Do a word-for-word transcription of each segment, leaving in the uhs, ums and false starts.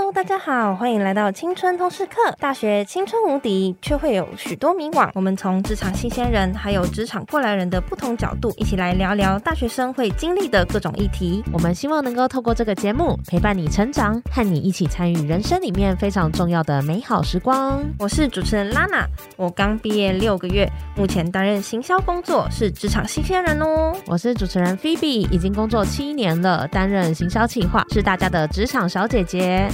Hello， 大家好，欢迎来到青春通识课。大学青春无敌，却会有许多迷惘。我们从职场新鲜人，还有职场过来人的不同角度，一起来聊聊大学生会经历的各种议题。 我们希望能够透过这个节目，陪伴你成长，和你一起参与人生里面非常重要的美好时光。 我是主持人拉娜，我刚毕业六个月，目前担任行销工作，是职场新鲜人哦。 我是主持人 Phoebe， 已经工作七年了，担任行销企划，是大家的职场小姐姐。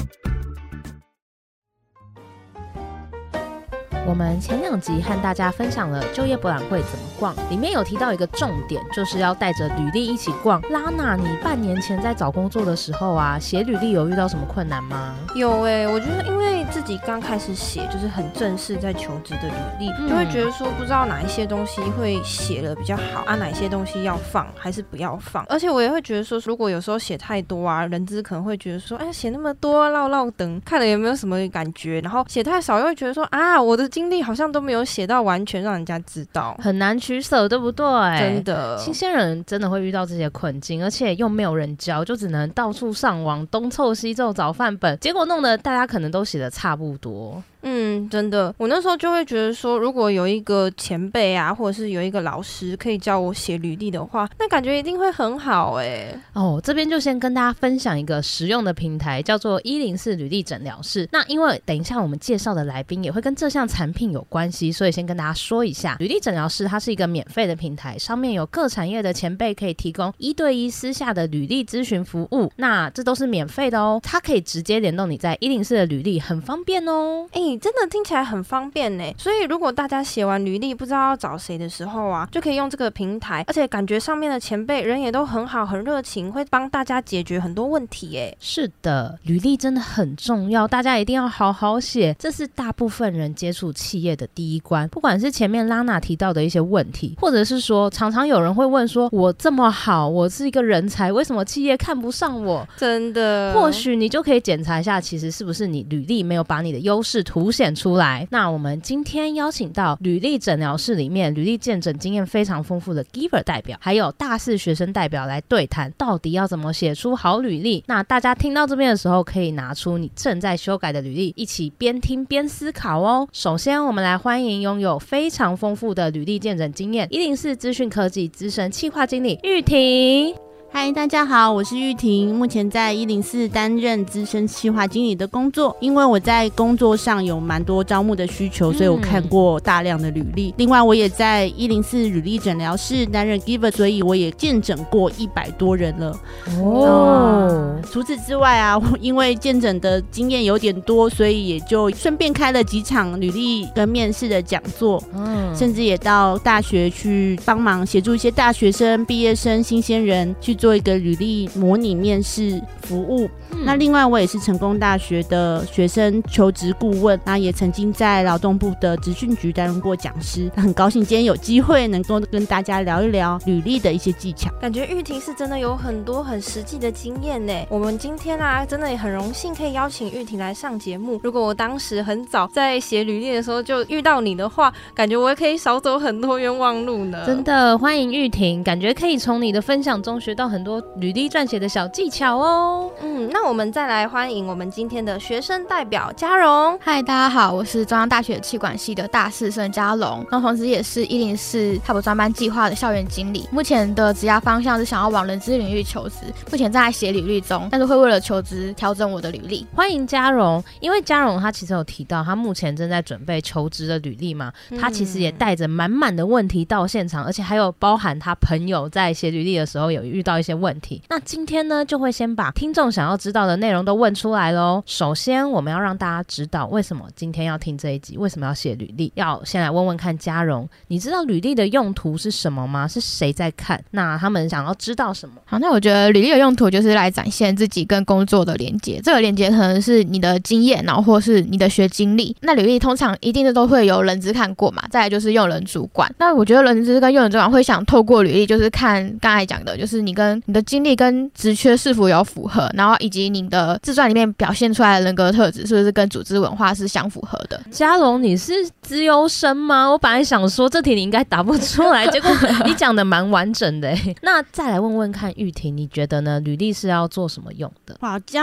我们前两集和大家分享了就业博览会怎么逛，里面有提到一个重点，就是要带着履历一起逛。拉娜，你半年前在找工作的时候啊，写履历有遇到什么困难吗？ 有诶、欸，我觉得因为自己刚开始写，就是很正式在求职的履历、嗯，就会觉得说不知道哪一些东西会写的比较好啊，哪一些东西要放还是不要放。而且我也会觉得说，如果有时候写太多啊，人资可能会觉得说，哎，写那么多唠唠等，看了有没有什么感觉？然后写太少又会觉得说，啊，我的经历好像都没有写到完全让人家知道， 很难取舍，对不对？ 真的， 新鲜人真的会遇到这些困境，而且又没有人教，就只能到处上网东凑西凑找范本，结果弄得大家可能都写的差不多。 嗯，真的，我那时候就会觉得说，如果有一个前辈啊，或者是有一个老师可以教我写履历的话，那感觉一定会很好哎、欸。 哦，这边就先跟大家分享一个实用的平台，叫做一零四履历诊疗室。那因为等一下我们介绍的来宾也会跟这项产品有关系，所以先跟大家说一下，履历诊疗室它是一个免费的平台，上面有各产业的前辈可以提供一对一私下的履历咨询服务，那这都是免费的哦，它可以直接联动你在一零四的履历，很方便哦。 哎、欸，真的听起来很方便呢。所以如果大家写完履历不知道要找谁的时候啊，就可以用这个平台，而且感觉上面的前辈人也都很好，很热情，会帮大家解决很多问题耶。 是的，履历真的很重要，大家一定要好好写，这是大部分人接触企业的第一关。不管是前面拉娜提到的一些问题，或者是说常常有人会问说，我这么好，我是一个人才，为什么企业看不上我？ 真的， 或许你就可以检查一下，其实是不是你履历没有把你的优势凸显出来。那我们今天邀请到履历诊疗室里面履历见诊经验非常丰富的 Giver 代表，还有大四学生代表来对谈，到底要怎么写出好履历。那大家听到这边的时候，可以拿出你正在修改的履历，一起边听边思考哦。首先我们来欢迎拥有非常丰富的履历见诊经验一零四资讯科技资深企划经理玉婷。 嗨，大家好，我是玉婷，目前在一零四担任资深企划经理的工作。因为我在工作上有蛮多招募的需求，所以我看过大量的履历、嗯、另外我也在一零四履历诊疗室担任 Giver， 所以我也见诊过一百多人了哦、嗯。除此之外啊，我因为见诊的经验有点多，所以也就顺便开了几场履历跟面试的讲座、嗯、甚至也到大学去帮忙协助一些大学生、毕业生、新鲜人去做一个履历模拟面试服务、嗯、那另外我也是成功大学的学生求职顾问，那也曾经在劳动部的职训局担任过讲师。那很高兴今天有机会能够跟大家聊一聊履历的一些技巧。 感觉玉婷是真的有很多很实际的经验呢。我们今天啊真的也很荣幸可以邀请玉婷来上节目。如果我当时很早在写履历的时候就遇到你的话，感觉我也可以少走很多冤枉路呢。 真的欢迎玉婷，感觉可以从你的分享中学到很多履历撰写的小技巧哦。 嗯，那我们再来欢迎我们今天的学生代表嘉荣。 嗨，大家好，我是中央大学企管系的大四生嘉荣，那同时也是一零四泰博专班计划的校园经理。目前的职涯方向是想要往人资领域求职，目前在写履历中，但是会为了求职调整我的履历。 欢迎嘉荣，因为嘉荣他其实有提到他目前正在准备求职的履历嘛，他其实也带着满满的问题到现场，而且还有包含他朋友在写履历的时候有遇到一些问题。那今天呢就会先把听众想要知道的内容都问出来咯。首先我们要让大家知道为什么今天要听这一集，为什么要写履历。要先来问问看嘉荣，你知道履历的用途是什么吗？是谁在看？那他们想要知道什么？ 好，那我觉得履历的用途就是来展现自己跟工作的连结，这个连结可能是你的经验，然后或是你的学经历。那履历通常一定都会有人资看过嘛，再来就是用人主管。那我觉得人资跟用人主管会想透过履历，就是看刚才讲的，就是你跟你的经历跟职缺是否有符合，然后以及你的自传里面表现出来的人格特质是不是跟组织文化是相符合的。 嘉荣，你是资优生吗？我本来想说这题你应该答不出来，结果你讲的蛮完整的耶。那再来问问看玉婷，你觉得呢？履历是要做什么用的？ 哇，这样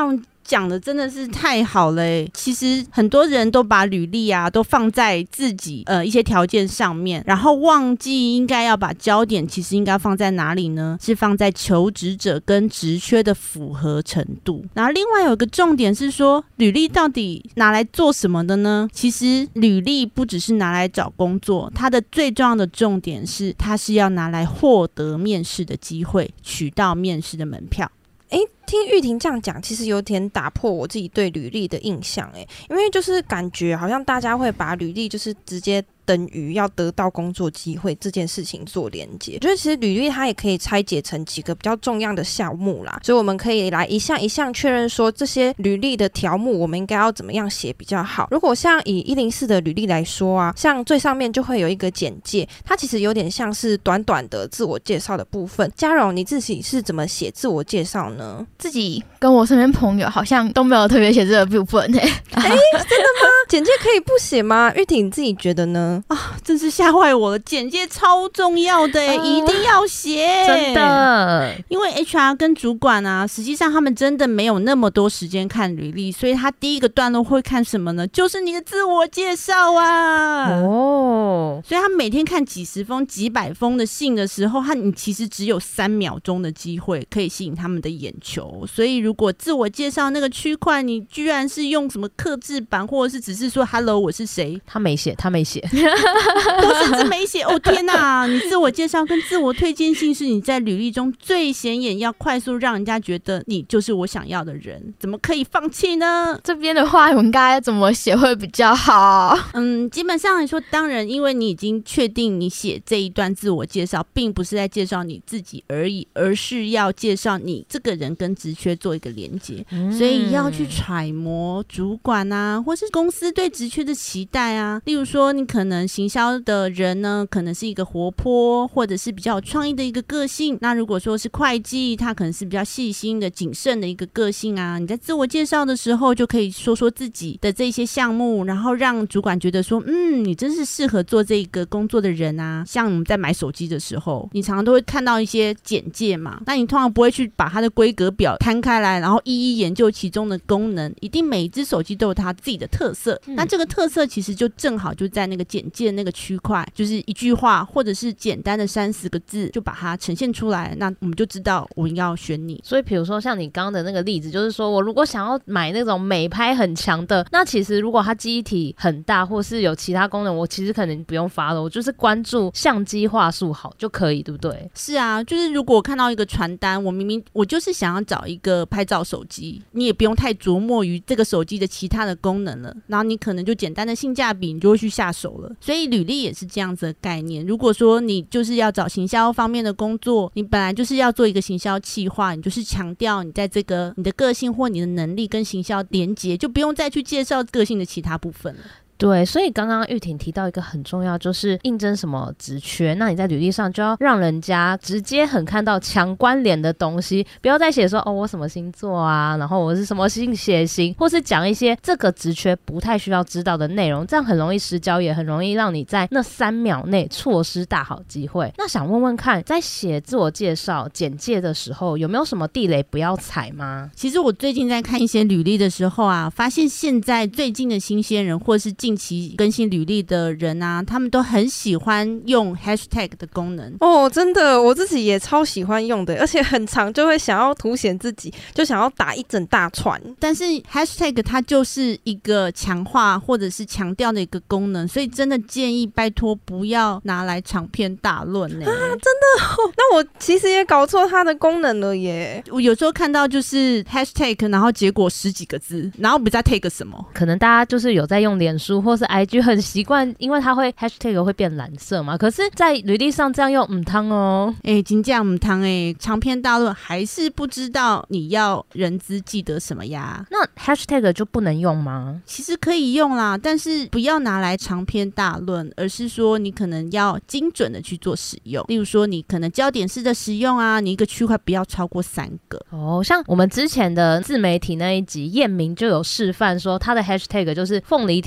讲的真的是太好了耶。其实很多人都把履历啊都放在自己呃一些条件上面，然后忘记应该要把焦点其实应该放在哪里呢？是放在求职者跟职缺的符合程度。然后另外有一个重点是说，履历到底拿来做什么的呢？其实履历不只是拿来找工作，它的最重要的重点是它是要拿来获得面试的机会，取到面试的门票。 哎，听玉婷这样讲，其实有点打破我自己对履历的印象。哎，因为就是感觉好像大家会把履历就是直接等于要得到工作机会这件事情做连结。我觉得其实履历它也可以拆解成几个比较重要的项目啦，所以我们可以来一项一项确认说这些履历的条目我们应该要怎么样写比较好。如果像以一零四的履历来说啊，像最上面就会有一个简介，它其实有点像是短短的自我介绍的部分。嘉荣，你自己是怎么写自我介绍呢？ 自己跟我身边朋友好像都没有特别写这个部分。哎、 欸，真的吗？简介可以不写吗？玉婷你自己觉得呢？ 啊，真是吓坏我了！简介超重要的、欸，一定要写， 真的。 因为 H R 跟主管啊，实际上他们真的没有那么多时间看履历，所以他第一个段落会看什么呢？就是你的自我介绍啊。哦，所以他每天看几十封、几百封的信的时候，他你其实只有三秒钟的机会可以吸引他们的眼球。所以如果自我介绍那个区块，你居然是用什么客制版，或者是只是说 “hello， 我是谁”， 他没写，他没写。 我甚至没写哦！天哪，你自我介绍跟自我推荐信是你在履历中最显眼，要快速让人家觉得你就是我想要的人，怎么可以放弃呢？ 这边的话，我应该怎么写会比较好？ 嗯，基本上来说，当然，因为你已经确定你写这一段自我介绍，并不是在介绍你自己而已，而是要介绍你这个人跟职缺做一个连结，嗯、所以要去揣摩主管啊，或是公司对职缺的期待啊。例如说，你可能行销的人呢，可能是一个活泼或者是比较有创意的一个个性，那如果说是会计，他可能是比较细心的谨慎的一个个性啊。你在自我介绍的时候就可以说说自己的这些项目，然后让主管觉得说嗯，你真是适合做这个工作的人啊。像我们在买手机的时候，你常常都会看到一些简介嘛，那你通常不会去把它的规格表摊开来，然后一一研究其中的功能，一定每一只手机都有它自己的特色、嗯、那这个特色其实就正好就在那个简介的那个区块，就是一句话或者是简单的三十个字就把它呈现出来，那我们就知道我们要选你。 所以比如说像你刚刚的那个例子，就是说我如果想要买那种美拍很强的，那其实如果它记忆体很大或是有其他功能，我其实可能不用发了，我就是关注相机画素好就可以，对不对？ 是啊，就是如果我看到一个传单，我明明我就是想要找一个拍照手机，你也不用太琢磨于这个手机的其他的功能了，然后你可能就简单的性价比你就会去下手了。所以履历也是这样子的概念，如果说你就是要找行销方面的工作，你本来就是要做一个行销企划，你就是强调你在这个你的个性或你的能力跟行销连结，就不用再去介绍个性的其他部分了。 对，所以刚刚玉婷提到一个很重要，就是应征什么职缺，那你在履历上就要让人家直接很看到强关联的东西，不要再写说哦我什么星座啊，然后我是什么性血型，或是讲一些这个职缺不太需要知道的内容，这样很容易失焦，也很容易让你在那三秒内错失大好机会。那想问问看，在写自我介绍简介的时候，有没有什么地雷不要踩吗？ 其实我最近在看一些履历的时候啊，发现现在最近的新鲜人或是近期更新履历的人啊，他们都很喜欢用 hashtag 的功能哦，真的，我自己也超喜欢用的，而且很常就会想要凸显自己，就想要打一整大串。 但是 hashtag 它就是一个强化或者是强调的一个功能，所以真的建议拜托不要拿来长篇大论呢、欸。 啊，真的、哦？那我其实也搞错它的功能了耶。 我有时候看到就是 hashtag， 然后结果十几个字，然后不知道 take 什么。 可能大家就是有在用脸书或是 I G 很习惯，因为它会 hashtag 会变蓝色嘛，可是在履历上这样用唔汤哦。 哎、欸，真这唔汤哎，长篇大论还是不知道你要人资记得什么呀？ 那 hashtag 就不能用吗？ 其实可以用啦，但是不要拿来长篇大论，而是说你可能要精准的去做使用。例如说你可能焦点式的使用啊，你一个区块不要超过三个。 哦，像我们之前的自媒体那一集，燕明就有示范说他的 hashtag 就是凤梨田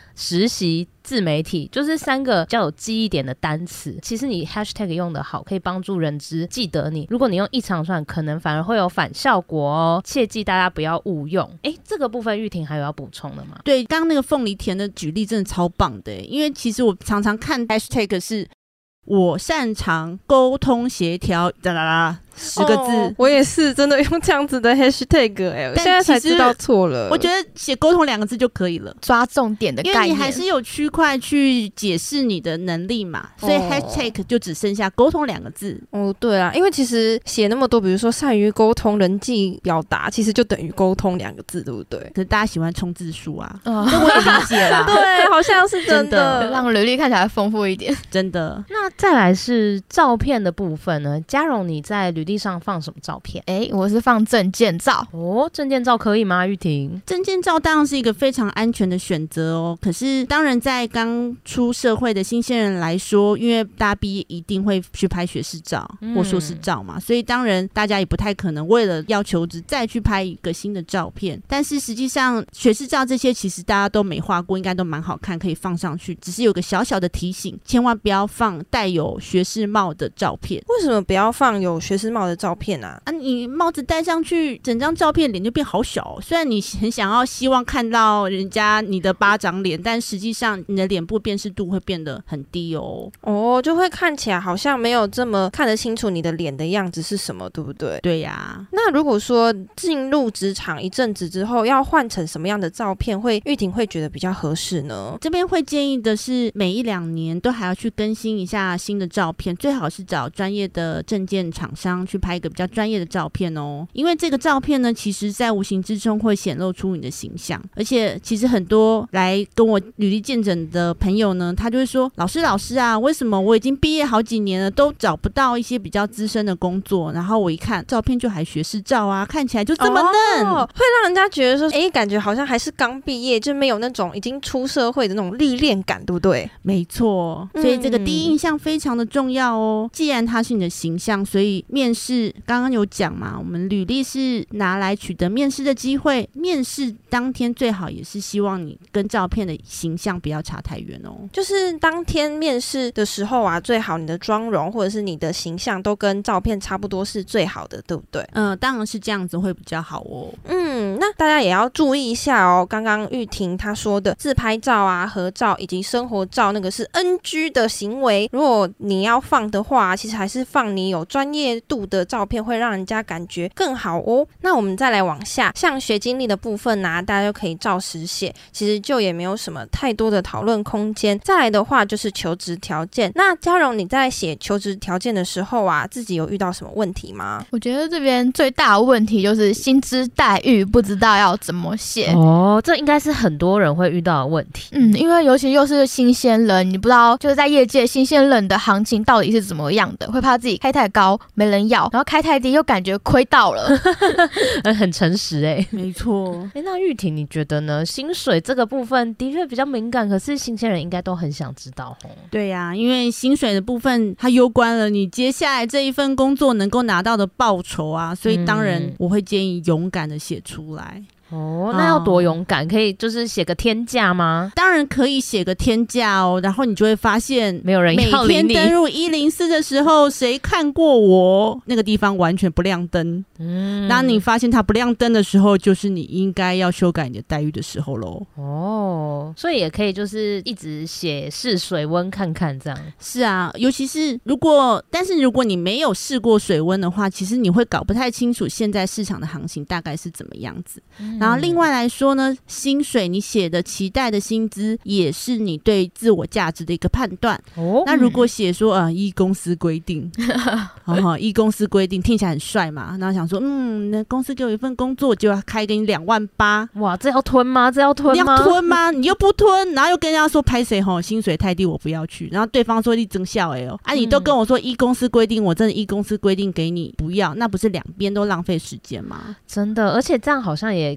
实习、自媒体，就是三个比较有记忆点的单词。其实你 hashtag 用得好，可以帮助人知记得你。如果你用一长串，可能反而会有反效果哦，切记大家不要误用。哎，这个部分玉婷还有要补充的吗？ 对，刚刚那个凤梨田的举例真的超棒的，因为其实我常常看 hashtag 是我擅长沟通协调，哒啦啦。十个字、哦、 我也是真的用这样子的 hashtag 哎、欸，我现在才知道错了。 我觉得写沟通两个字就可以了， 抓重点的概念， 因为你还是有区块去解释你的能力嘛，所以 hashtag 就只剩下沟通两个字。 哦，对啊，因为其实写那么多，比如说善于沟通、人际表达，其实就等于沟通两个字，对不对？ 可是大家喜欢冲字数啊，哦、这我也理解啦。 对，好像是真的， 真的让履历看起来丰富一点， 真的。 那再来是照片的部分呢？嘉荣，你在履历上放什么照片？ 哎，我是放证件照哦。证件照可以吗？玉婷， 证件照当然是一个非常安全的选择哦。可是当然在刚出社会的新鲜人来说，因为大家毕业一定会去拍学士照或硕士照嘛、嗯、所以当然大家也不太可能为了要求职再去拍一个新的照片。但是实际上学士照这些其实大家都美化过，应该都蛮好看，可以放上去。只是有个小小的提醒，千万不要放带有学士帽的照片。 为什么不要放有学士帽的照片啊？ 啊，你帽子戴上去，整张照片脸就变好小哦。虽然你很想要希望看到人家你的巴掌脸，但实际上你的脸部辨识度会变得很低哦。 哦，就会看起来好像没有这么看得清楚你的脸的样子是什么，对不对？ 对呀、啊。 那如果说进入职场一阵子之后，要换成什么样的照片，会玉婷会觉得比较合适呢？ 这边会建议的是，每一两年都还要去更新一下新的照片，最好是找专业的证件厂商去拍一个比较专业的照片哦。因为这个照片呢，其实在无形之中会显露出你的形象，而且其实很多来跟我履历见证的朋友呢，他就会说，老师老师啊，为什么我已经毕业好几年了，都找不到一些比较资深的工作，然后我一看照片就还学士照啊，看起来就这么嫩、 哦、会让人家觉得说，哎，感觉好像还是刚毕业，就没有那种已经出社会的那种历练感，对不对？ 没错，所以这个第一印象非常的重要哦。既然它是你的形象，所以面试刚刚有讲嘛，我们履历是拿来取得面试的机会，面试当天最好也是希望你跟照片的形象不要差太远哦。 就是当天面试的时候啊，最好你的妆容或者是你的形象都跟照片差不多是最好的，对不对？ 嗯、呃，当然是这样子会比较好哦。 嗯，那大家也要注意一下哦。刚刚玉婷她说的自拍照啊、合照以及生活照，那个是 N G 的行为。如果你要放的话，其实还是放你有专业度的照片，会让人家感觉更好哦。那我们再来往下，像学经历的部分啊，大家就可以照实写，其实就也没有什么太多的讨论空间。再来的话就是求职条件。那嘉荣，你在写求职条件的时候啊，自己有遇到什么问题吗？ 我觉得这边最大的问题就是薪资待遇不知道要怎么写哦，这应该是很多人会遇到的问题。 嗯，因为尤其又是新鲜人，你不知道就是在业界新鲜人的行情到底是怎么样的，会怕自己开太高没人要，然后开太低又感觉亏到了。 很诚实哎、欸， 没错。 哎，那玉婷你觉得呢？薪水这个部分的确比较敏感，可是新鲜人应该都很想知道哦。 对呀、啊，因为薪水的部分它攸关了你接下来这一份工作能够拿到的报酬啊，所以当然我会建议勇敢的写出来。 哦，那要多勇敢？可以就是写个天价吗？ 当然可以写个天价哦，然后你就会发现没有人要理你。 每天登入一零四的时候，谁看过我？那个地方完全不亮灯。嗯，当你发现它不亮灯的时候，就是你应该要修改你的待遇的时候咯。 哦，所以也可以就是一直写试水温看看这样。 是啊，尤其是如果，但是如果你没有试过水温的话，其实你会搞不太清楚现在市场的行情大概是怎么样子。嗯，然后另外来说呢，薪水你写的期待的薪资也是你对自我价值的一个判断。哦，那如果写说啊，依公司规定，哦，依公司规定听起来很帅嘛，然后想说，嗯，那公司给我一份工作就要开给你两万八， 哇，这要吞吗？这要吞吗？ 你要吞吗？你又不吞，然后又跟人家说拍谁吼，薪水太低，我不要去。然后对方说你增效哎哦，啊，你都跟我说依公司规定，我真的依公司规定给你不要，那不是两边都浪费时间吗？ 真的，而且这样好像也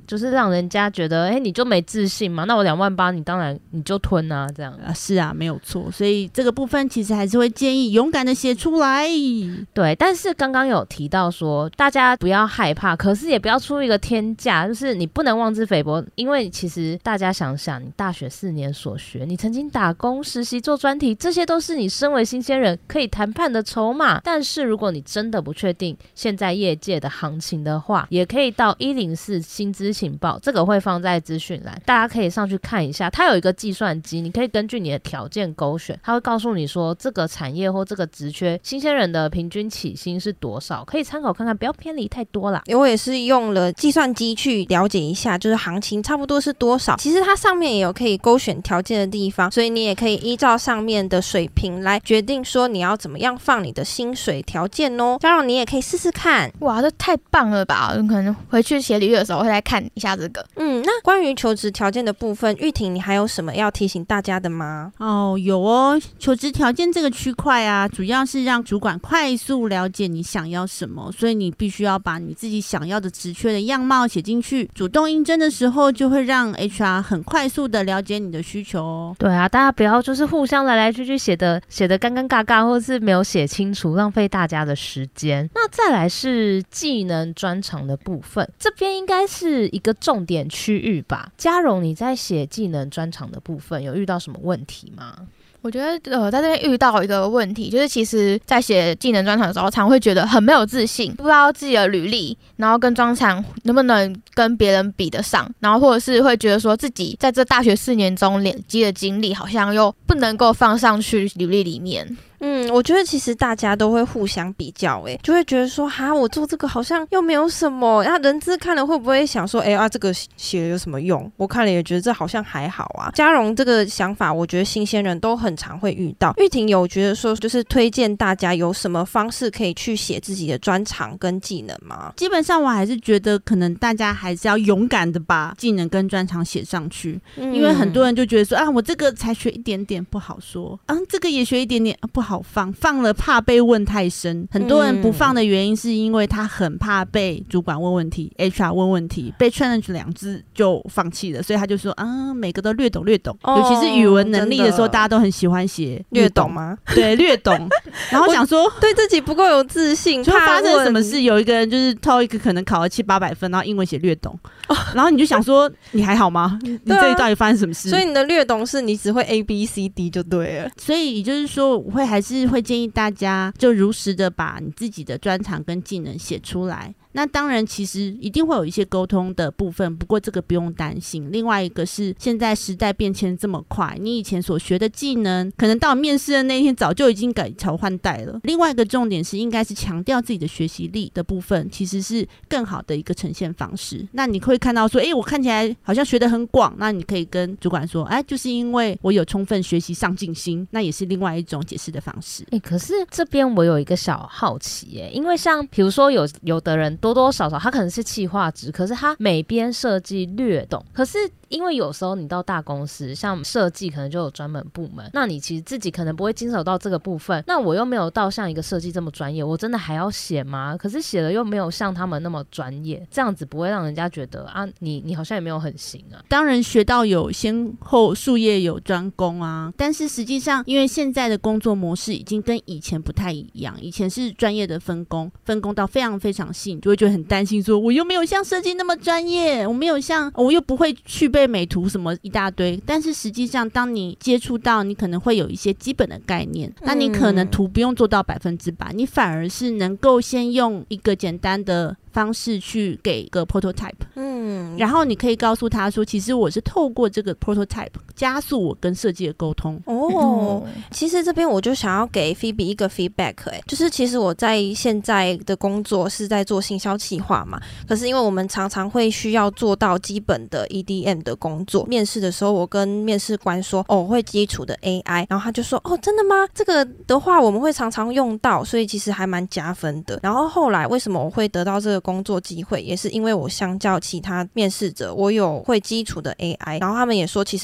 就是让人家觉得，哎、欸，你就没自信嘛？那我两万八，你当然你就吞啊，这样啊，是啊，没有错。所以这个部分其实还是会建议勇敢的写出来。 对，但是刚刚有提到说，大家不要害怕，可是也不要出一个天价，就是你不能妄自菲薄，因为其实大家想想，你大学四年所学，你曾经打工、实习、做专题，这些都是你身为新鲜人可以谈判的筹码。但是如果你真的不确定现在业界的行情的话，也可以到一零四薪资情报，这个会放在资讯栏，大家可以上去看一下。它有一个计算机，你可以根据你的条件勾选，它会告诉你说这个产业或这个职缺新鲜人的平均起薪是多少，可以参考看看，不要偏离太多啦。 我也是用了计算机去了解一下，就是行情差不多是多少。其实它上面也有可以勾选条件的地方，所以你也可以依照上面的水平来决定说你要怎么样放你的薪水条件哦。嘉荣，你也可以试试看。 哇，这太棒了吧！我可能回去写履历的时候会来看一下这个。 嗯，那关于求职条件的部分，玉婷你还有什么要提醒大家的吗？ 哦，有哦，求职条件这个区块啊，主要是让主管快速了解你想要什么，所以你必须要把你自己想要的职缺的样貌写进去，主动应征的时候就会让 H R 很快速的了解你的需求哦。 对啊，大家不要就是互相来来去去写的写的尴尴尬尬，或是没有写清楚，浪费大家的时间。那再来是技能专长的部分，这边应该是一个重点区域吧。嘉荣，你在写技能专长的部分有遇到什么问题吗？ 我觉得呃，在这边遇到一个问题，就是其实在写技能专长的时候，常会觉得很没有自信，不知道自己的履历，然后跟专长能不能跟别人比得上，然后或者是会觉得说自己在这大学四年中累积的经历，好像又不能够放上去履历里面。 嗯，我觉得其实大家都会互相比较，哎，就会觉得说，哈，我做这个好像又没有什么，然后人资看了会不会想说，哎啊，这个写了有什么用？我看了也觉得这好像还好啊。嘉荣这个想法，我觉得新鲜人都很常会遇到。玉婷有觉得说，就是推荐大家有什么方式可以去写自己的专长跟技能吗？ 基本上我还是觉得，可能大家还是要勇敢的把技能跟专长写上去，嗯、因为很多人就觉得说，啊，我这个才学一点点，不好说，啊，这个也学一点点，啊、不好。好放放了怕被问太深，很多人不放的原因是因为他很怕被主管问问题、嗯、H R 问问题，被 challenge 两字就放弃了，所以他就说啊，每个都略懂略懂、哦、尤其是语文能力的时候，大家都很喜欢写略懂吗？ 对，略懂然后想说对自己不够有自信， 就发生什么事，有一个人就是 T O E I C 可能考了七八百分，然后英文写略懂、哦、然后你就想说你还好吗？你这里到底发生什么事？ 所以你的略懂是你只会 A B C D 就对了。 所以也就是说我会还是会建议大家就如实的把你自己的专长跟技能写出来。那当然其实一定会有一些沟通的部分，不过这个不用担心。另外一个是现在时代变迁这么快，你以前所学的技能可能到面试的那一天早就已经改朝换代了。另外一个重点是应该是强调自己的学习力的部分，其实是更好的一个呈现方式。那你会看到说诶，我看起来好像学得很广，那你可以跟主管说哎，就是因为我有充分学习上进心，那也是另外一种解释的方式。 欸、可是这边我有一个小好奇耶，因为像比如说有有的人多多少少他可能是企划职，可是他美编设计略懂，可是因为有时候你到大公司，像设计可能就有专门部门，那你其实自己可能不会经手到这个部分，那我又没有到像一个设计这么专业，我真的还要写吗？可是写了又没有像他们那么专业，这样子不会让人家觉得啊，你你好像也没有很行啊。 当然学到有先后术业有专攻啊，但是实际上因为现在的工作模式已经跟以前不太一样，以前是专业的分工，分工到非常非常细，你就会觉得很担心说我又没有像设计那么专业，我没有像我又不会去背美图什么一大堆，但是实际上当你接触到，你可能会有一些基本的概念，那你可能图不用做到百分之百，你反而是能够先用一个简单的方式去给个 prototype， 嗯，然后你可以告诉他说其实我是透过这个 prototype 加速我跟设计的沟通。 哦、嗯，其实这边我就想要给 Phoebe 一个 feedback， 哎，就是其实我在现在的工作是在做行销企划嘛，可是因为我们常常会需要做到基本的 E D M 的工作，面试的时候我跟面试官说哦，我会基础的 A I， 然后他就说哦，真的吗？这个的话我们会常常用到，所以其实还蛮加分的。然后后来为什么我会得到这个工作机会，也是因为我相较其他面试者，我有会基础的 A I， 然后他们也说其实他们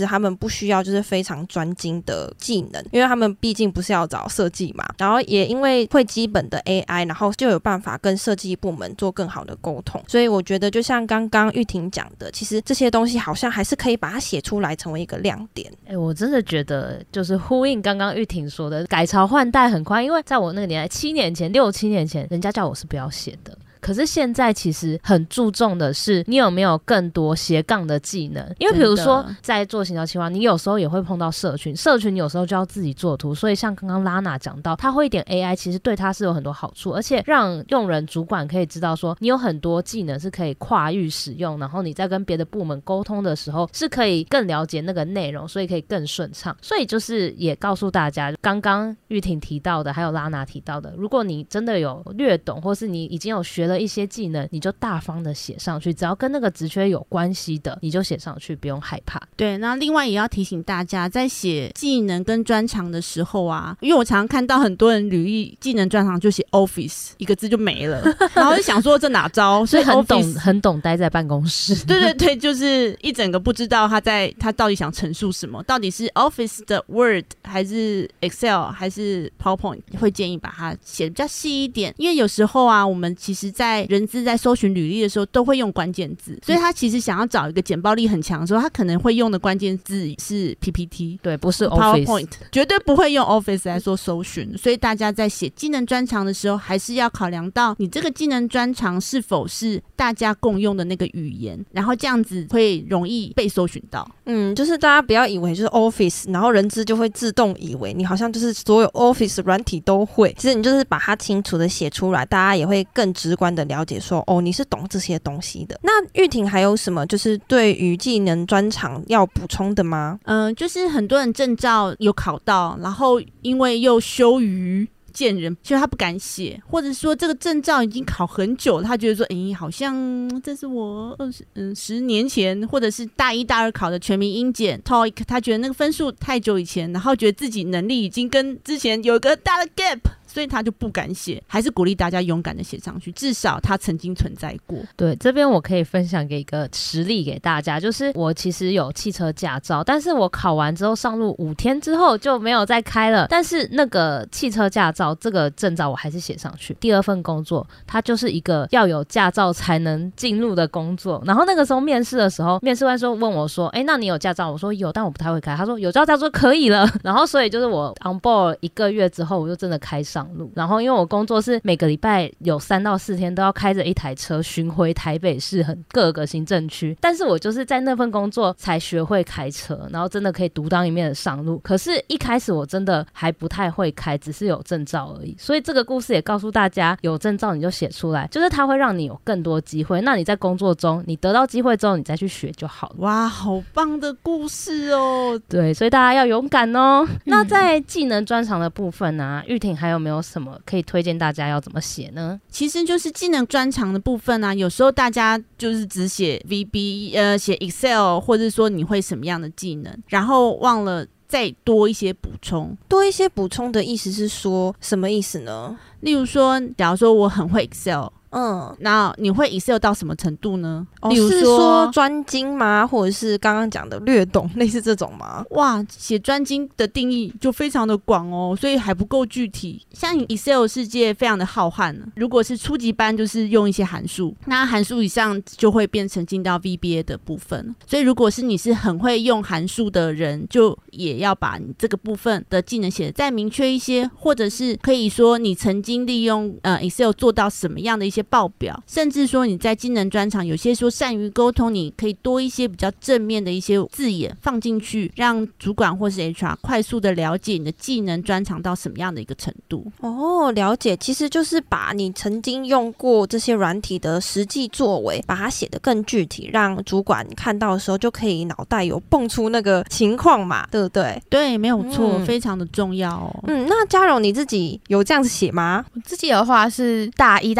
不需要就是非常专精的技能，因为他们毕竟不是要找设计嘛，然后也因为会基本的 A I， 然后就有办法跟设计部门做更好的沟通。所以我觉得就像刚刚玉婷讲的，其实这些东西好像还是可以把它写出来成为一个亮点。 欸，我真的觉得就是呼应刚刚玉婷说的，改朝换代很快，因为在我那个年代，七年前六七年前人家叫我是不要写的，可是现在其实很注重的是你有没有更多斜杠的技能，因为比如说在做行销企划，你有时候也会碰到社群，社群有时候就要自己做图，所以像刚刚拉娜讲到，他会一点 A I， 其实对他是有很多好处，而且让用人主管可以知道说你有很多技能是可以跨域使用，然后你在跟别的部门沟通的时候是可以更了解那个内容，所以可以更顺畅。所以就是也告诉大家，刚刚玉婷提到的还有拉娜提到的，如果你真的有略懂，或是你已经有学了一些技能，你就大方的写上去，只要跟那个职缺有关系的你就写上去，不用害怕。 对，那另外也要提醒大家，在写技能跟专长的时候啊，因为我常常看到很多人履历技能专长就写 office 一个字就没了，然后就想说这哪招， 所以很懂很懂待在办公室。 对对对，就是一整个不知道他在他到底想陈述什么，到底是 office 的 word 还是 excel 还是 powerpoint， 会建议把它写得比较细一点，因为有时候啊，我们其实在人资在搜寻履历的时候都会用关键字，所以他其实想要找一个简报力很强的时候，他可能会用的关键字是 P P T， 对，不是 PowerPoint， 绝对不会用 Office 来做搜寻。所以大家在写技能专长的时候，还是要考量到你这个技能专长是否是大家共用的那个语言，然后这样子会容易被搜寻到。 嗯，就是大家不要以为就是 Office， 然后人资就会自动以为你好像就是所有 Office 软体都会，其实你就是把它清楚的写出来，大家也会更直观的了解说，哦，你是懂这些东西的。那玉婷还有什么就是对于技能专长要补充的吗？ 嗯、呃，就是很多人证照有考到，然后因为又羞于见人，所以他不敢写，或者说这个证照已经考很久了，他觉得说，哎，好像这是我二十嗯十年前，或者是大一大二考的全民英检 T O E I C， 他觉得那个分数太久以前，然后觉得自己能力已经跟之前有一个大的 gap。所以他就不敢写，还是鼓励大家勇敢的写上去，至少他曾经存在过。 对，这边我可以分享给一个实例给大家，就是我其实有汽车驾照，但是我考完之后上路五天之后就没有再开了，但是那个汽车驾照这个证照我还是写上去。第二份工作它就是一个要有驾照才能进入的工作，然后那个时候面试的时候，面试官说问我说，哎，那你有驾照？我说有，但我不太会开。他说有驾照就可以了，然后所以就是我 on board 一个月之后我就真的开上路，然后因为我工作是每个礼拜有三到四天都要开着一台车巡回台北市很各个行政区，但是我就是在那份工作才学会开车，然后真的可以独当一面的上路。可是一开始我真的还不太会开，只是有证照而已。所以这个故事也告诉大家，有证照你就写出来，就是它会让你有更多机会，那你在工作中你得到机会之后你再去学就好了。 哇，好棒的故事哦。 对，所以大家要勇敢哦、嗯、那在技能专长的部分啊，玉婷还有没有什么可以推荐大家要怎么写呢？ 其实就是技能专长的部分啊，有时候大家就是只写 V B 呃写 Excel， 或者说你会什么样的技能，然后忘了再多一些补充。 多一些补充的意思是说什么意思呢？ 例如说，假如说我很会 Excel， 嗯， 那你会 Excel 到什么程度呢？ 哦、 例如说是说专精吗？或者是刚刚讲的略懂，类似这种吗？ 哇，写专精的定义就非常的广哦，所以还不够具体。像 Excel 世界非常的浩瀚，如果是初级班就是用一些函数，那函数以上就会变成进到 V B A 的部分。所以如果是你是很会用函数的人，就也要把你这个部分的技能写得再明确一些，或者是可以说你曾经利用呃 Excel 做到什么样的一些报表，甚至说你在技能专长有些说善于沟通，你可以多一些比较正面的一些字眼放进去，让主管或是 H R 快速的了解你的技能专长到什么样的一个程度。 哦，了解，其实就是把你曾经用过这些软体的实际作为把它写得更具体，让主管看到的时候就可以脑袋有蹦出那个情况嘛，对不对？ 对，没有错、嗯、非常的重要哦。 嗯，那嘉荣你自己有这样子写吗？ 我自己的话是大一大二时候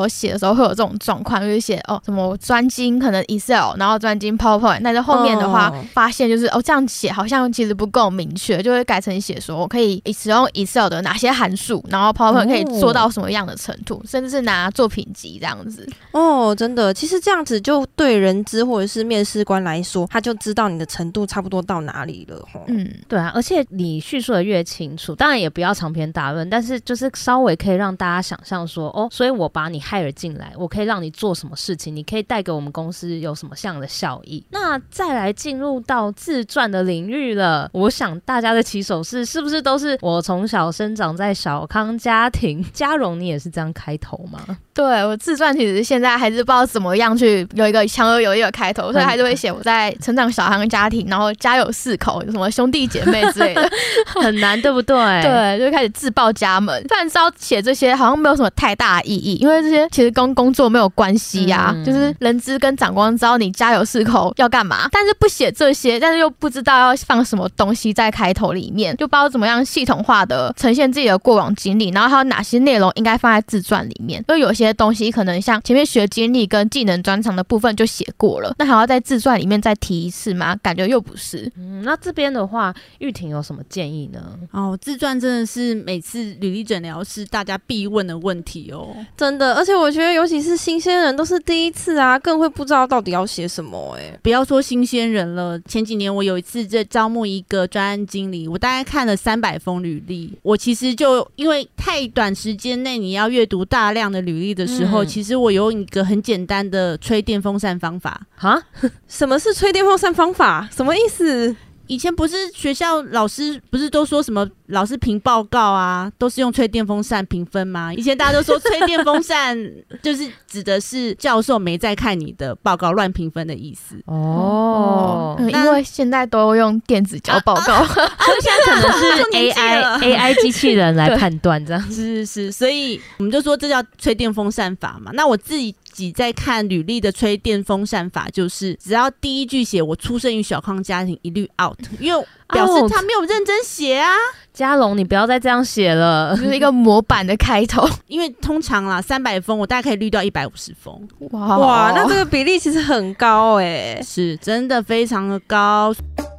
写的时候会有这种状况，就是写哦什么专精可能 Excel， 然后专精 PowerPoint， 那在后面的话、哦、发现就是哦这样写好像其实不够明确，就会改成写说我可以使用 Excel 的哪些函数，然后 PowerPoint 可以做到什么样的程度、哦、甚至是拿作品集这样子。 哦，真的，其实这样子就对人资或者是面试官来说，他就知道你的程度差不多到哪里了。 嗯，对啊，而且你叙述的越清楚，当然也不要长篇大论，但是就是稍微可以让大家想象说，哦，所以我把你 hire 进来，我可以让你做什么事情，你可以带给我们公司有什么样的效益。那再来进入到自传的领域了，我想大家的起手式是不是都是我从小生长在小康家庭？嘉荣，你也是这样开头吗？ 对，我自传其实现在还是不知道怎么样去有一个强而有力的开头，所以还是会写我在成长小康家庭，然后家有四口，有什么兄弟姐妹之类的， 很难，对不对？ 对，就开始自报家门。虽然知道写这些好像没有什么太大的意义，因为这些其实跟工作没有关系呀、啊嗯，就是人资跟长官知道你家有四口要干嘛，但是不写这些，但是又不知道要放什么东西在开头里面，就不知道怎么样系统化的呈现自己的过往经历，然后还有哪些内容应该放在自传里面。因为有些东西可能像前面学经历跟技能专长的部分就写过了，那还要在自传里面再提一次吗？感觉又不是。 嗯，那这边的话，玉婷有什么建议呢？ 哦，自传真的是每次履历诊疗师大家必问的问题哦， 真的，而且我觉得尤其是新鲜人都是第一次啊，更会不知道到底要写什么。哎， 不要说新鲜人了，前几年我有一次在招募一个专案经理，我大概看了三百封履历，我其实就因为太短时间内你要阅读大量的履历的时候、嗯、其实我有一个很简单的吹电风扇方法。 哈？什么是吹电风扇方法？什么意思？ 以前不是学校老师不是都说什么老师评报告啊都是用吹电风扇评分吗？以前大家都说吹电风扇就是指的是教授没在看你的报告乱评分的意思。 哦、 嗯、因为现在都用电子交报告、啊啊啊、 现在可能是 A I A I 机器人来判断这样。 是是是，所以我们就说这叫吹电风扇法嘛。那我自己自己在看履历的吹电风扇法，就是只要第一句写我出生于小康家庭，一律 out， 因为表示他没有认真写啊。 嘉龙，你不要再这样写了， 就是一个模板的开头。 因为通常啦，三百封我大概可以滤掉一百五十封。 哇哇，那这个比例其实很高哎、欸， 是真的非常的高。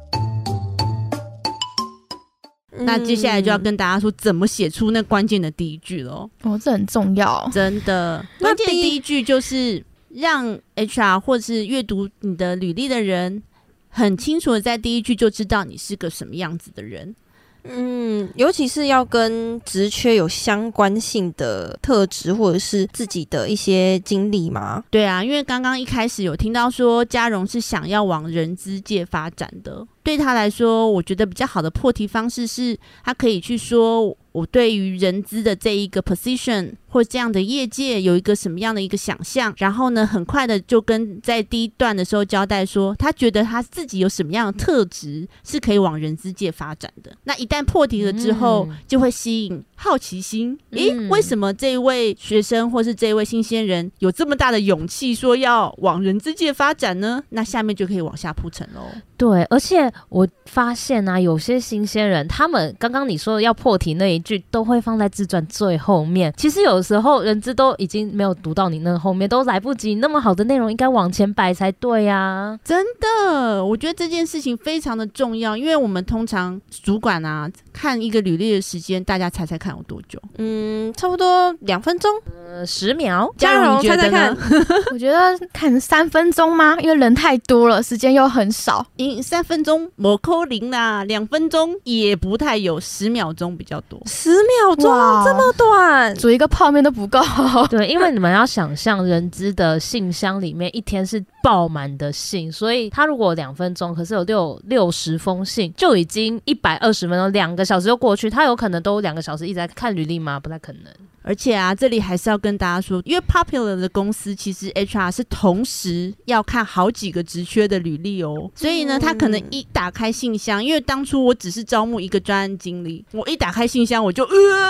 那接下来就要跟大家说怎么写出那关键的第一句咯。 哦，这很重要， 真的。关键的第一句就是让 H R 或是阅读你的履历的人很清楚的在第一句就知道你是个什么样子的人。 嗯，尤其是要跟职缺有相关性的特质或者是自己的一些经历吗？ 对啊，因为刚刚一开始有听到说嘉荣是想要往人资界发展的，对他来说我觉得比较好的破题方式是他可以去说我对于人资的这一个 position 或这样的业界有一个什么样的一个想象，然后呢很快的就跟在第一段的时候交代说他觉得他自己有什么样的特质是可以往人资界发展的。那一旦破题了之后、嗯、就会吸引好奇心，诶、嗯、为什么这一位学生或是这一位新鲜人有这么大的勇气说要往人资界发展呢？那下面就可以往下铺陈咯。 对，而且我发现啊，有些新鲜人他们刚刚你说的要破题那一句都会放在自传最后面，其实有时候人资都已经没有读到你那个后面，都来不及，那么好的内容应该往前摆才对啊。 真的，我觉得这件事情非常的重要，因为我们通常主管啊看一个履历的时间，大家猜猜看有多久？ 嗯，差不多两分钟， 呃，十秒。 嘉荣猜猜看， 我觉得看三分钟吗？因为人太多了，时间又很少。 三分钟没可能啦，两分钟也不太有，十秒钟比较多。 十秒钟这么短， 煮一个泡面都不够。 对，因为你们要想象人资的信箱里面一天是爆满的信，所以他如果两分钟，可是有六六十封信，就已经一百二十分钟，两个小时就过去。他有可能都两个小时一直在看履历吗？不太可能。 而且啊，这里还是要跟大家说，因为 Popular 的公司其实 H R 是同时要看好几个职缺的履历哦，所以呢，他可能一打开信箱，因为当初我只是招募一个专案经理，我一打开信箱我就呃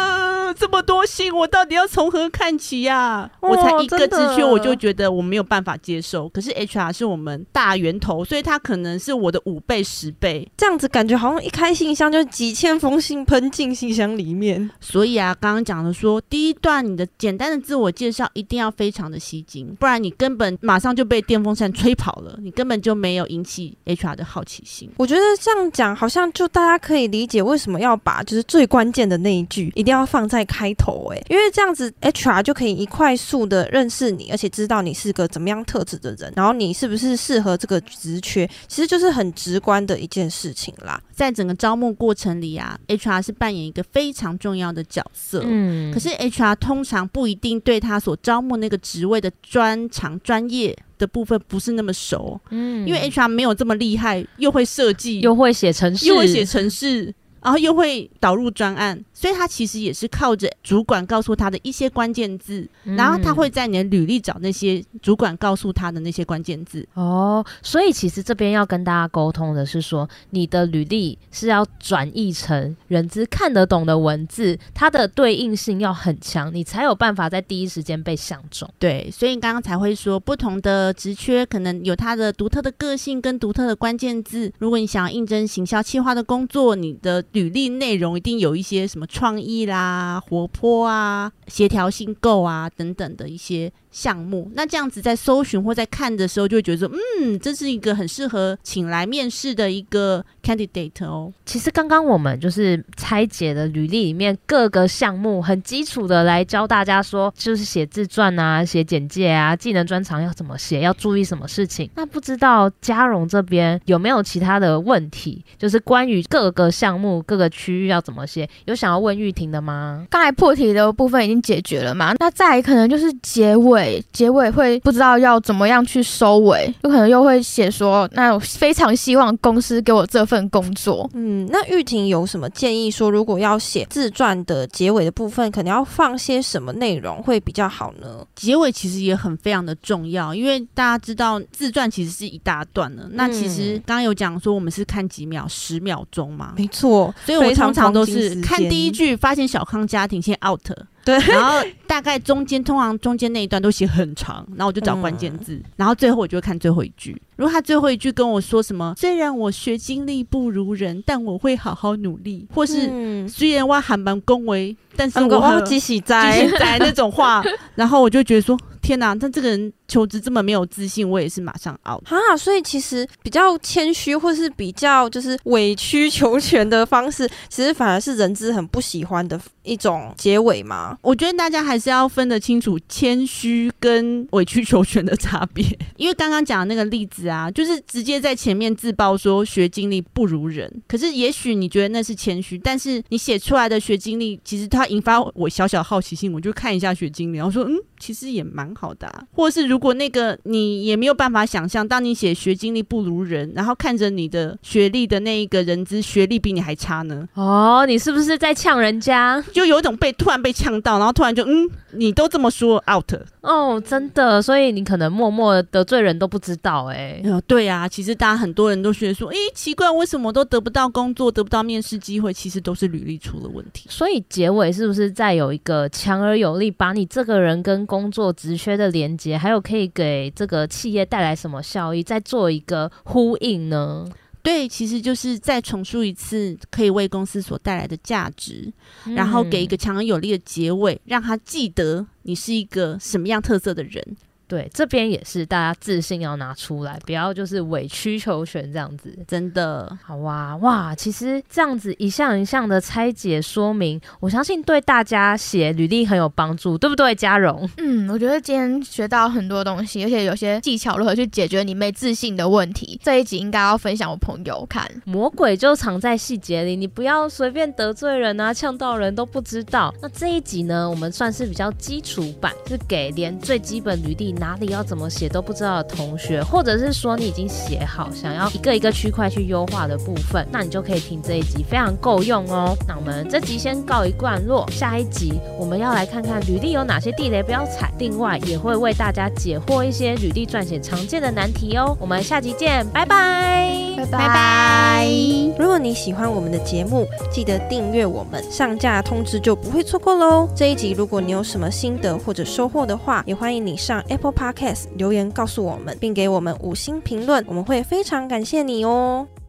有这么多信，我到底要从何看起呀、啊哦？我才一个职缺，我就觉得我没有办法接受。可是 H R 是我们大源头，所以它可能是我的五倍、十倍， 这样子感觉好像一开信箱就几千封信喷进信箱里面。 所以啊，刚刚讲的说，第一段你的简单的自我介绍一定要非常的吸睛，不然你根本马上就被电风扇吹跑了，你根本就没有引起 H R 的好奇心。 我觉得这样讲好像就大家可以理解为什么要把就是最关键的那一句一定要放在开头欸，因为这样子 H R 就可以一快速的认识你，而且知道你是个怎么样特质的人，然后你是不是适合这个职缺，其实就是很直观的一件事情啦。 在整个招募过程里啊 H R 是扮演一个非常重要的角色，嗯，可是 H R 通常不一定对他所招募那个职位的专长专业的部分不是那么熟，嗯，因为 H R 没有这么厉害，又会设计， 又会写程式， 又会写程式，然后又会导入专案，所以他其实也是靠着主管告诉他的一些关键字，嗯，然后他会在你的履历找那些主管告诉他的那些关键字。 哦，所以其实这边要跟大家沟通的是说，你的履历是要转译成人资看得懂的文字，它的对应性要很强，你才有办法在第一时间被相中。 对，所以刚刚才会说不同的职缺可能有它的独特的个性跟独特的关键字。如果你想要应征行销企划的工作，你的履历内容一定有一些什么创意啦、活泼啊、协调性够啊等等的一些项目，那这样子在搜寻或在看的时候就会觉得说，嗯，这是一个很适合请来面试的一个 candidate 哦。 其实刚刚我们就是拆解了履历里面各个项目，很基础的来教大家说，就是写自传啊、写简介啊、技能专长要怎么写，要注意什么事情。那不知道嘉荣这边有没有其他的问题，就是关于各个项目、各个区域要怎么写，有想要问玉婷的吗？ 刚才破题的部分已经解决了嘛？那再来可能就是结尾。结尾会不知道要怎么样去收尾，有可能又会写说，那我非常希望公司给我这份工作。 嗯，那玉婷有什么建议说，如果要写自传的结尾的部分，可能要放些什么内容会比较好呢？ 结尾其实也很非常的重要，因为大家知道自传其实是一大段的，那其实刚刚有讲说我们是看几秒，十秒钟嘛， 没错， 所以我通常都是看第一句，发现小康家庭先 out。 对， 然后大概中间通常中间那一段都写很长，然后我就找关键字，嗯，然后最后我就会看最后一句。如果他最后一句跟我说什么，虽然我学经历不如人，但我会好好努力，或是，嗯，虽然我喊蛮恭维，但是我我积喜哉那种话，然后我就觉得说，天哪，但这个人求职这么没有自信，我也是马上 out 啊。所以其实比较谦虚或是比较就是委曲求全的方式，其实反而是人资很不喜欢的一种结尾嘛。 我觉得大家还是要分得清楚谦虚跟委曲求全的差别，因为刚刚讲的那个例子啊，就是直接在前面自曝说学经历不如人，可是也许你觉得那是谦虚，但是你写出来的学经历其实它引发我小小好奇心，我就看一下学经历，然后说嗯，其实也蛮好的啊。或是如果那个你也没有办法想象，当你写学经历不如人，然后看着你的学历的那一个人资学历比你还差呢， 哦，你是不是在呛人家？ 就有一种被突然被呛到，然后突然就嗯，你都这么说 out 哦，真的，所以你可能默默得罪人都不知道哎、 欸呃。对啊，其实大家很多人都觉得说，哎，奇怪，为什么都得不到工作，得不到面试机会？其实都是履历出了问题。 所以结尾是不是再有一个强而有力，把你这个人跟工作职缺的连结，还有可以给这个企业带来什么效益，再做一个呼应呢？ 对，其实就是再重述一次可以为公司所带来的价值，嗯，然后给一个强而有力的结尾，让他记得你是一个什么样特色的人。 对，这边也是大家自信要拿出来，不要就是委曲求全这样子。 真的好哇哇，其实这样子一项一项的拆解说明，我相信对大家写履历很有帮助，对不对，嘉荣？ 嗯，我觉得今天学到很多东西，而且有些技巧如何去解决你没自信的问题。这一集应该要分享我朋友看。 魔鬼就藏在细节里，你不要随便得罪人啊，呛到人都不知道。那这一集呢，我们算是比较基础版，是给连最基本履历哪里要怎么写都不知道的同学，或者是说你已经写好想要一个一个区块去优化的部分，那你就可以听这一集，非常够用哦。那我们这集先告一段落，下一集我们要来看看履历有哪些地雷不要踩，另外也会为大家解惑一些履历撰写常见的难题哦。我们下集见，拜拜， 拜拜拜。 如果你喜欢我们的节目，记得订阅我们，上架通知就不会错过喽。这一集如果你有什么心得或者收获的话，也欢迎你上 Apple Podcast 留言告诉我们，并给我们五星评论，我们会非常感谢你哦。